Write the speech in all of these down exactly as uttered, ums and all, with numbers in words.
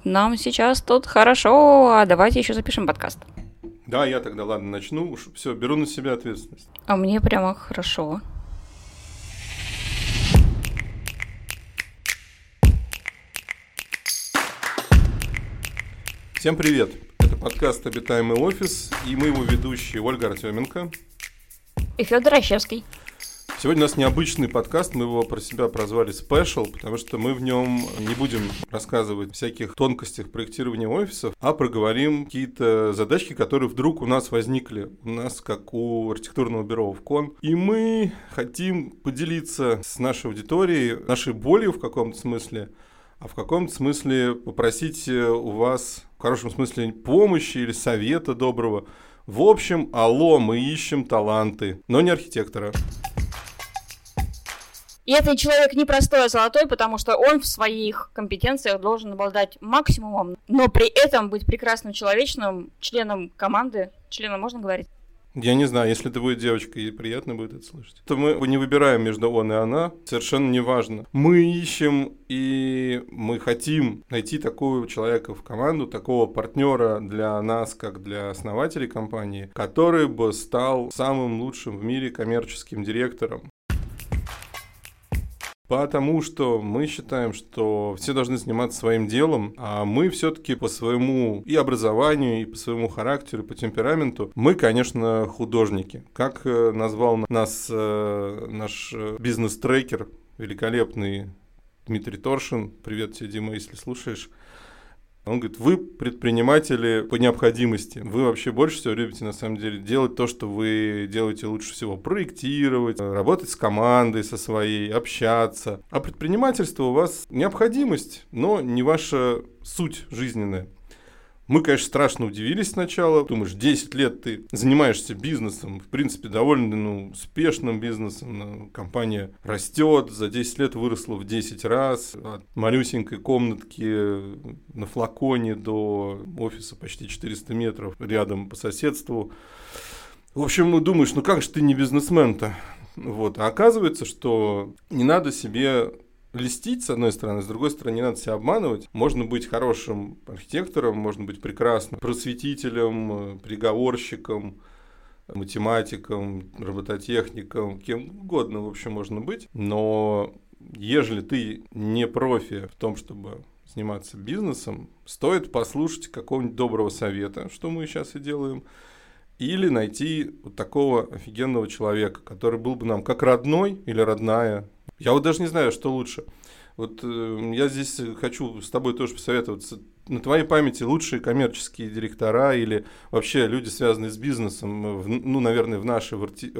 нам сейчас тут хорошо, а давайте еще запишем подкаст. Да, я тогда, ладно, начну. Все, беру на себя ответственность. А мне прямо хорошо. Всем привет. Это подкаст «Обитаемый офис», и мы его ведущие Ольга Артеменко и Федор Ощевский. Сегодня у нас необычный подкаст, мы его про себя прозвали «Special», потому что мы в нем не будем рассказывать о всяких тонкостях проектирования офисов, а проговорим какие-то задачки, которые вдруг у нас возникли, у нас как у архитектурного бюро ВКОН. И мы хотим поделиться с нашей аудиторией нашей болью в каком-то смысле, а в каком-то смысле попросить у вас, в хорошем смысле, помощи или совета доброго. В общем, алло, мы ищем таланты, но не архитектора. И этот человек не простой, а золотой, потому что он в своих компетенциях должен обладать максимумом, но при этом быть прекрасным человечным членом команды. Членом можно говорить? Я не знаю, если это будет девочка, ей приятно будет это слышать. То мы не выбираем между он и она, совершенно не важно. Мы ищем и мы хотим найти такого человека в команду, такого партнера для нас, как для основателей компании, который бы стал самым лучшим в мире коммерческим директором. Потому что мы считаем, что все должны заниматься своим делом, а мы все-таки по своему и образованию, и по своему характеру, и по темпераменту, мы, конечно, художники. Как назвал нас э, наш бизнес-трекер, великолепный Дмитрий Торшин, привет тебе, Дима, если слушаешь. Он говорит, вы предприниматели по необходимости. Вы вообще больше всего любите, на самом деле, делать то, что вы делаете лучше всего. Проектировать, работать с командой со своей, общаться. А предпринимательство у вас необходимость, но не ваша суть жизненная. Мы, конечно, страшно удивились сначала. Думаешь, десять лет ты занимаешься бизнесом, в принципе, довольно ну, успешным бизнесом. Компания растет, за десять лет выросла в десять раз. От малюсенькой комнатки на флаконе до офиса почти четыреста метров рядом по соседству. В общем, ну, думаешь, ну как же ты не бизнесмен-то? Вот. А оказывается, что не надо себе льстить, с одной стороны, с другой стороны, не надо себя обманывать. Можно быть хорошим архитектором, можно быть прекрасным просветителем, переговорщиком, математиком, робототехником, кем угодно, в общем, можно быть. Но ежели ты не профи в том, чтобы заниматься бизнесом, стоит послушать какого-нибудь доброго совета, что мы сейчас и делаем, или найти вот такого офигенного человека, который был бы нам как родной или родная. Я вот даже не знаю, что лучше. Вот э, я здесь хочу с тобой тоже посоветоваться. На твоей памяти лучшие коммерческие директора или вообще люди, связанные с бизнесом, в, ну, наверное, в нашей в арти-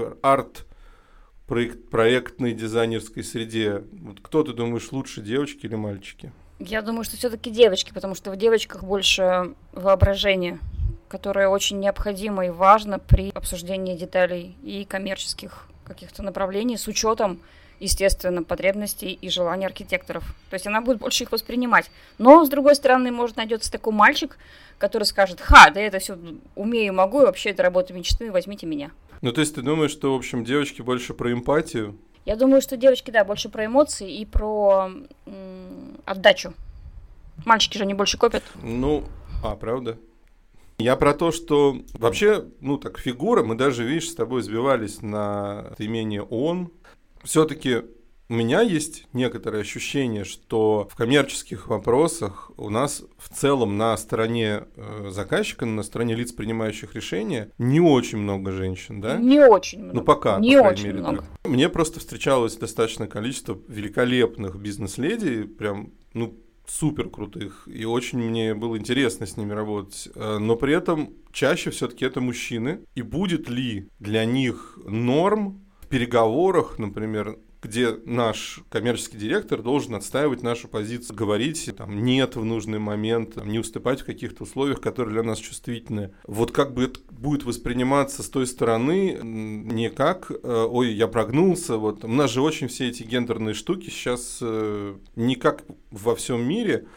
арт-проектной дизайнерской среде. Вот кто, ты думаешь, лучше, девочки или мальчики? Я думаю, что все-таки девочки, потому что в девочках больше воображения, которое очень необходимо и важно при обсуждении деталей и коммерческих каких-то направлений с учетом, естественно, потребностей и желаний архитекторов. То есть она будет больше их воспринимать. Но, с другой стороны, может найдется такой мальчик, который скажет, ха, да я это все умею, могу, и вообще это работа мечты, возьмите меня. Ну, то есть ты думаешь, что, в общем, девочки больше про эмпатию? Я думаю, что девочки, да, больше про эмоции и про м- отдачу. Мальчики же они больше копят. Ну, а, правда? Я про то, что вообще, ну так, фигура, мы даже, видишь, с тобой сбивались на имение «он». Все-таки у меня есть некоторое ощущение, что в коммерческих вопросах у нас в целом на стороне э, заказчика, на стороне лиц, принимающих решения, не очень много женщин, да? Не очень много. Ну, пока, не по крайней очень мере. много. Так. Мне просто встречалось достаточное количество великолепных бизнес-леди, прям, ну, супер крутых, и очень мне было интересно с ними работать, но при этом чаще все-таки это мужчины, и будет ли для них норм в переговорах, например, где наш коммерческий директор должен отстаивать нашу позицию, говорить там, нет в нужный момент, там, не уступать в каких-то условиях, которые для нас чувствительны. Вот как бы это будет восприниматься с той стороны не как ой, я прогнулся. Вот. У нас же очень все эти гендерные штуки сейчас не как во всем мире.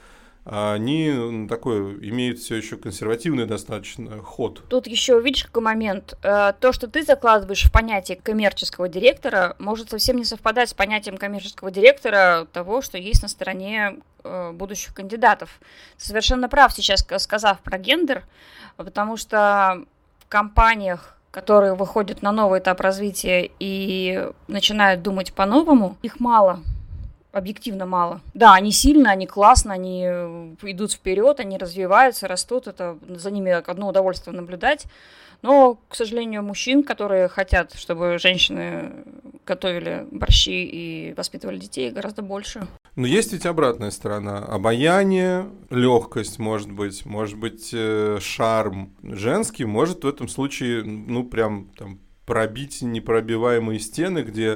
они такой имеют все еще консервативный достаточно ход. Тут еще видишь какой момент. То, что ты закладываешь в понятие коммерческого директора, может совсем не совпадать с понятием коммерческого директора того, что есть на стороне будущих кандидатов. Ты совершенно прав сейчас, сказав про гендер, потому что в компаниях, которые выходят на новый этап развития и начинают думать по-новому, их мало. Объективно мало. Да, они сильно, они классно, они идут вперед, они развиваются, растут. Это за ними одно удовольствие наблюдать. Но, к сожалению, мужчин, которые хотят, чтобы женщины готовили борщи и воспитывали детей, гораздо больше. Но есть ведь обратная сторона. Обаяние, легкость, может быть, может быть, шарм женский может в этом случае, ну, прям там пробить непробиваемые стены, где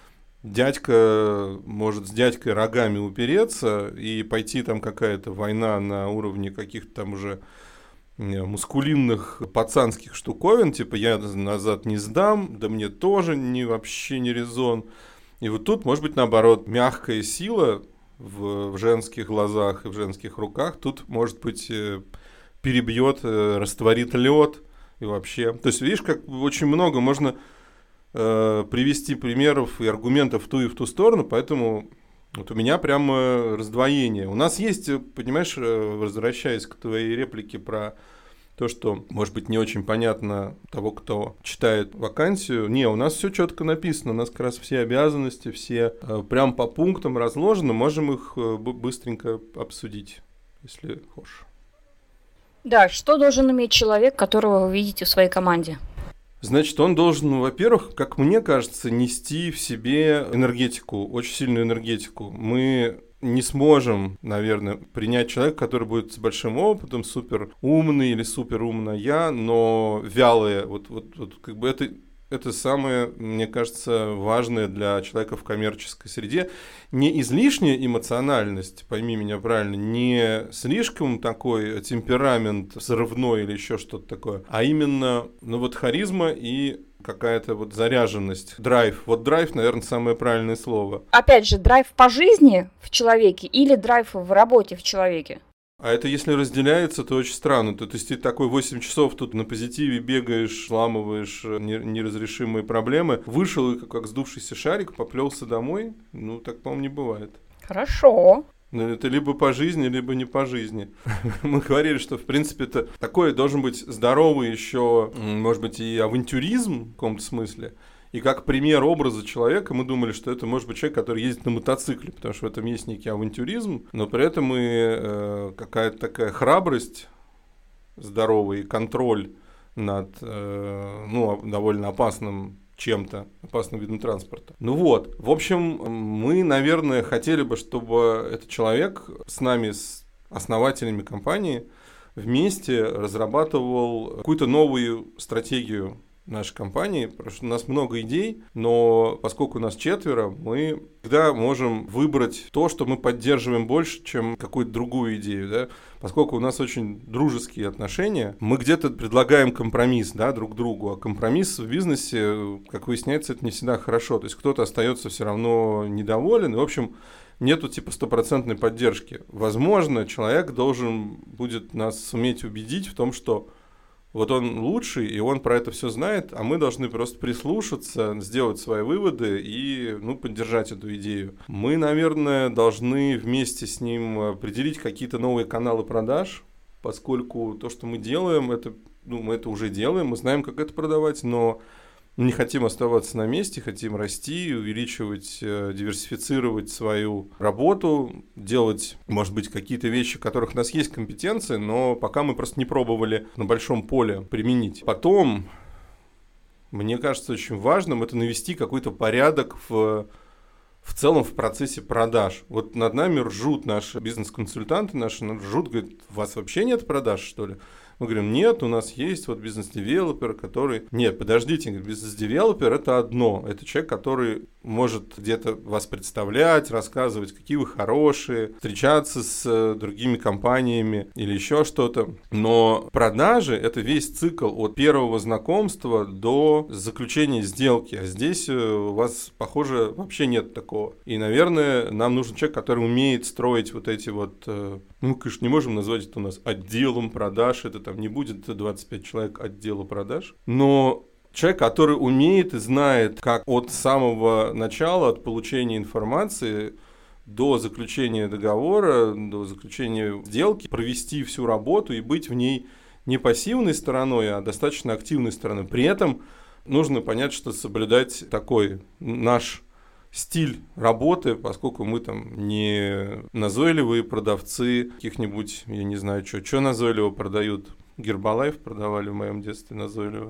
дядька может с дядькой рогами упереться и пойти там какая-то война на уровне каких-то там уже мускулинных пацанских штуковин, типа я назад не сдам, да мне тоже не, вообще не резон. И вот тут, может быть, наоборот, мягкая сила в, в женских глазах и в женских руках тут, может быть, перебьет, растворит лед и вообще. То есть, видишь, как очень много можно привести примеров и аргументов в ту и в ту сторону, поэтому вот у меня прямо раздвоение. У нас есть, понимаешь, возвращаясь к твоей реплике про то, что, может быть, не очень понятно того, кто читает вакансию. Не, у нас все четко написано, у нас как раз все обязанности, все прям по пунктам разложены, можем их быстренько обсудить, если хочешь. Да, что должен иметь человек, которого вы видите в своей команде? Значит, он должен, во-первых, как мне кажется, нести в себе энергетику, очень сильную энергетику. Мы не сможем, наверное, принять человека, который будет с большим опытом, супер умный или супер умная, но вялые. Вот, вот, вот как бы это, это самое, мне кажется, важное для человека в коммерческой среде. Не излишняя эмоциональность, пойми меня правильно, не слишком такой темперамент взрывной или еще что-то такое, а именно, ну вот харизма и какая-то вот заряженность, драйв. Вот драйв, наверное, самое правильное слово. Опять же, драйв по жизни в человеке или драйв в работе в человеке? А это если разделяется, то очень странно. То, то есть ты такой восемь часов тут на позитиве бегаешь, сламываешь неразрешимые проблемы, вышел и как сдувшийся шарик, поплелся домой. Ну, так, по-моему, не бывает. Хорошо. Это либо по жизни, либо не по жизни. Мы говорили, что, в принципе, это такой должен быть здоровый еще, может быть, и авантюризм в каком-то смысле. И как пример образа человека мы думали, что это может быть человек, который ездит на мотоцикле, потому что в этом есть некий авантюризм, но при этом и э, какая-то такая храбрость здоровая и контроль над э, ну, довольно опасным чем-то, опасным видом транспорта. Ну вот, в общем, мы, наверное, хотели бы, чтобы этот человек с нами, с основателями компании, вместе разрабатывал какую-то новую стратегию нашей компании, потому что у нас много идей, но поскольку у нас четверо, мы всегда можем выбрать то, что мы поддерживаем больше, чем какую-то другую идею, да? Поскольку у нас очень дружеские отношения, мы где-то предлагаем компромисс, да, друг другу, а компромисс в бизнесе, как выясняется, это не всегда хорошо, то есть кто-то остается все равно недоволен, и, в общем, нету типа стопроцентной поддержки. Возможно, человек должен будет нас суметь убедить в том, что вот он лучший, и он про это все знает, а мы должны просто прислушаться, сделать свои выводы и, ну, поддержать эту идею. Мы, наверное, должны вместе с ним определить какие-то новые каналы продаж, поскольку то, что мы делаем, это, ну, мы это уже делаем, мы знаем, как это продавать, но не хотим оставаться на месте, хотим расти, увеличивать, диверсифицировать свою работу, делать, может быть, какие-то вещи, в которых у нас есть компетенции, но пока мы просто не пробовали на большом поле применить. Потом, мне кажется, очень важным это навести какой-то порядок в, в целом в процессе продаж. Вот над нами ржут наши бизнес-консультанты, наши ржут, говорят, у вас вообще нет продаж, что ли? Мы говорим, нет, у нас есть вот бизнес-девелопер, который... Нет, подождите, бизнес-девелопер — это одно. Это человек, который может где-то вас представлять, рассказывать, какие вы хорошие, встречаться с другими компаниями или еще что-то. Но продажи — это весь цикл от первого знакомства до заключения сделки. А здесь у вас, похоже, вообще нет такого. И, наверное, нам нужен человек, который умеет строить вот эти вот... Ну, конечно, не можем назвать это у нас отделом продаж. Это там не будет двадцать пять человек отдела продаж. Но человек, который умеет и знает, как от самого начала, от получения информации до заключения договора, до заключения сделки, провести всю работу и быть в ней не пассивной стороной, а достаточно активной стороной. При этом нужно понять, что соблюдать такой наш стиль работы, поскольку мы там не назойливые продавцы каких-нибудь, я не знаю, что, что назойливо продают. Гербалайф продавали в моем детстве назойливо.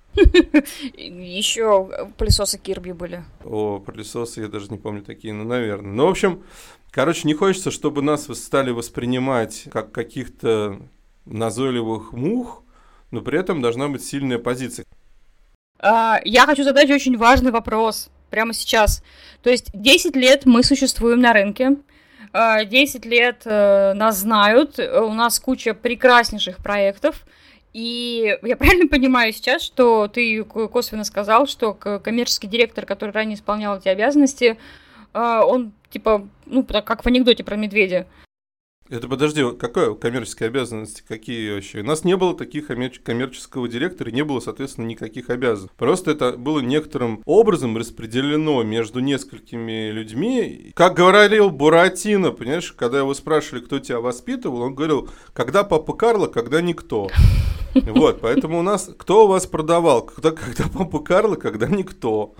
Еще пылесосы Кирби были. О, пылесосы, я даже не помню такие, ну, наверное. Ну, в общем, короче, не хочется, чтобы нас стали воспринимать как каких-то назойливых мух, но при этом должна быть сильная позиция. А, я хочу задать очень важный вопрос прямо сейчас. То есть десять лет мы существуем на рынке, десять лет нас знают, у нас куча прекраснейших проектов, и я правильно понимаю сейчас, что ты косвенно сказал, что коммерческий директор, который ранее исполнял эти обязанности, он типа, ну, как в анекдоте про медведя. Это подожди, какая коммерческие обязанности, какие вообще? У нас не было таких коммерческого директора, не было, соответственно, никаких обязанностей. Просто это было некоторым образом распределено между несколькими людьми. Как говорил Буратино, понимаешь, когда его спрашивали, кто тебя воспитывал, он говорил, когда папа Карло, когда никто. Вот, поэтому у нас, кто у вас продавал? Когда, когда папа Карло, когда никто.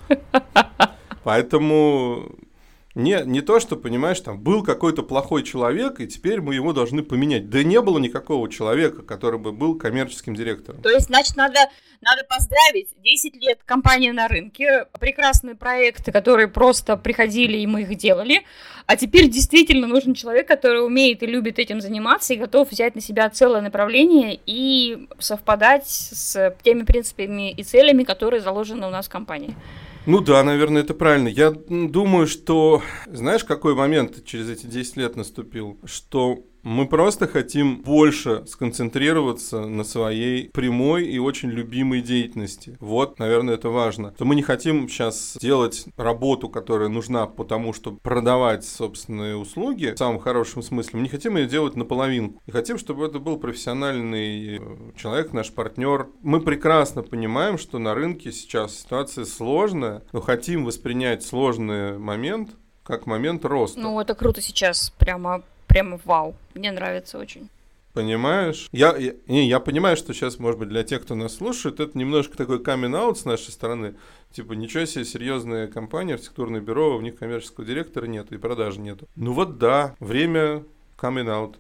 Поэтому... Не, не то, что, понимаешь, там был какой-то плохой человек, и теперь мы его должны поменять. Да не было никакого человека, который бы был коммерческим директором. То есть, значит, надо, надо поздравить. десять лет компания на рынке, прекрасные проекты, которые просто приходили, и мы их делали. А теперь действительно нужен человек, который умеет и любит этим заниматься, и готов взять на себя целое направление и совпадать с теми принципами и целями, которые заложены у нас в компании. Ну да, наверное, это правильно. Я думаю, что... Знаешь, какой момент через эти десять лет наступил? Что мы просто хотим больше сконцентрироваться на своей прямой и очень любимой деятельности. Вот, наверное, это важно. То мы не хотим сейчас делать работу, которая нужна потому, чтобы продавать собственные услуги в самом хорошем смысле. Мы не хотим ее делать наполовинку. И хотим, чтобы это был профессиональный человек, наш партнер. Мы прекрасно понимаем, что на рынке сейчас ситуация сложная, но хотим воспринять сложный момент как момент роста. Ну, это круто сейчас, прямо... Прямо вау, мне нравится очень. Понимаешь? Я, я, не, я понимаю, что сейчас, может быть, для тех, кто нас слушает, это немножко такой камин-аут с нашей стороны. Типа, ничего себе, серьезная компания, архитектурное бюро, у них коммерческого директора нет и продажи нету. Ну вот да, время камин-аут.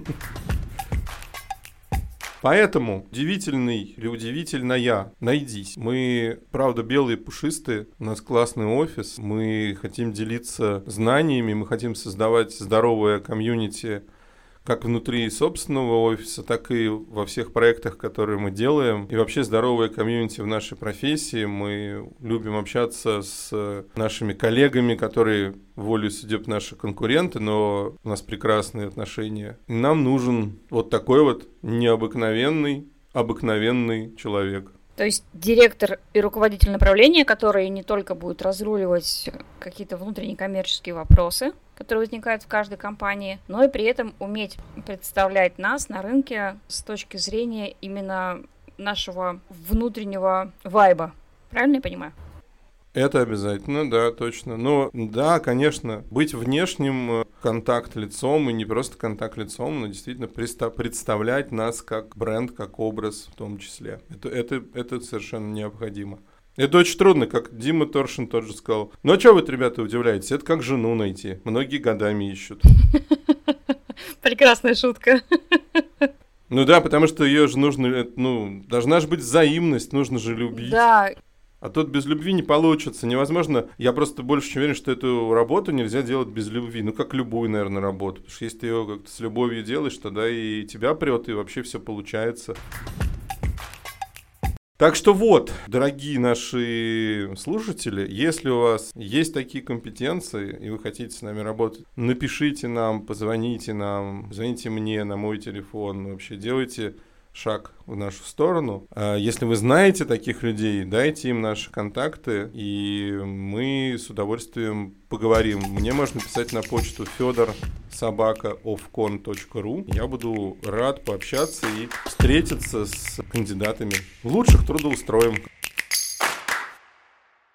Поэтому удивительный или удивительная, найдись. Мы, правда, белые, пушистые, у нас классный офис, мы хотим делиться знаниями, мы хотим создавать здоровое комьюнити как внутри собственного офиса, так и во всех проектах, которые мы делаем. И вообще здоровое комьюнити в нашей профессии. Мы любим общаться с нашими коллегами, которые волей судеб наши конкуренты, но у нас прекрасные отношения. И нам нужен вот такой вот необыкновенный, обыкновенный человек. То есть директор и руководитель направления, который не только будет разруливать какие-то внутренние коммерческие вопросы, которые возникают в каждой компании, но и при этом уметь представлять нас на рынке с точки зрения именно нашего внутреннего вайба. Правильно я понимаю? Это обязательно, да, точно. Но да, конечно, быть внешним контакт-лицом, и не просто контакт-лицом, но действительно представлять нас как бренд, как образ в том числе. Это, это, это совершенно необходимо. Это очень трудно, как Дима Торшин тот же сказал. Ну а что вы, ребята, удивляетесь? Это как жену найти. Многие годами ищут. Прекрасная шутка. Ну да, потому что ее же нужно, ну, должна же быть взаимность, нужно же любить. Да. А тут без любви не получится, невозможно. Я просто больше чем уверен, что эту работу нельзя делать без любви. Ну, как любую, наверное, работу. Потому что если ты ее как-то с любовью делаешь, тогда и тебя прет, и вообще все получается. Так что вот, дорогие наши слушатели, если у вас есть такие компетенции, и вы хотите с нами работать, напишите нам, позвоните нам, звоните мне на мой телефон, вообще делайте шаг в нашу сторону. Если вы знаете таких людей, дайте им наши контакты, и мы с удовольствием поговорим. Мне можно писать на почту федор собака офкон точка ру. Я буду рад пообщаться и встретиться с кандидатами. Лучших трудоустроим.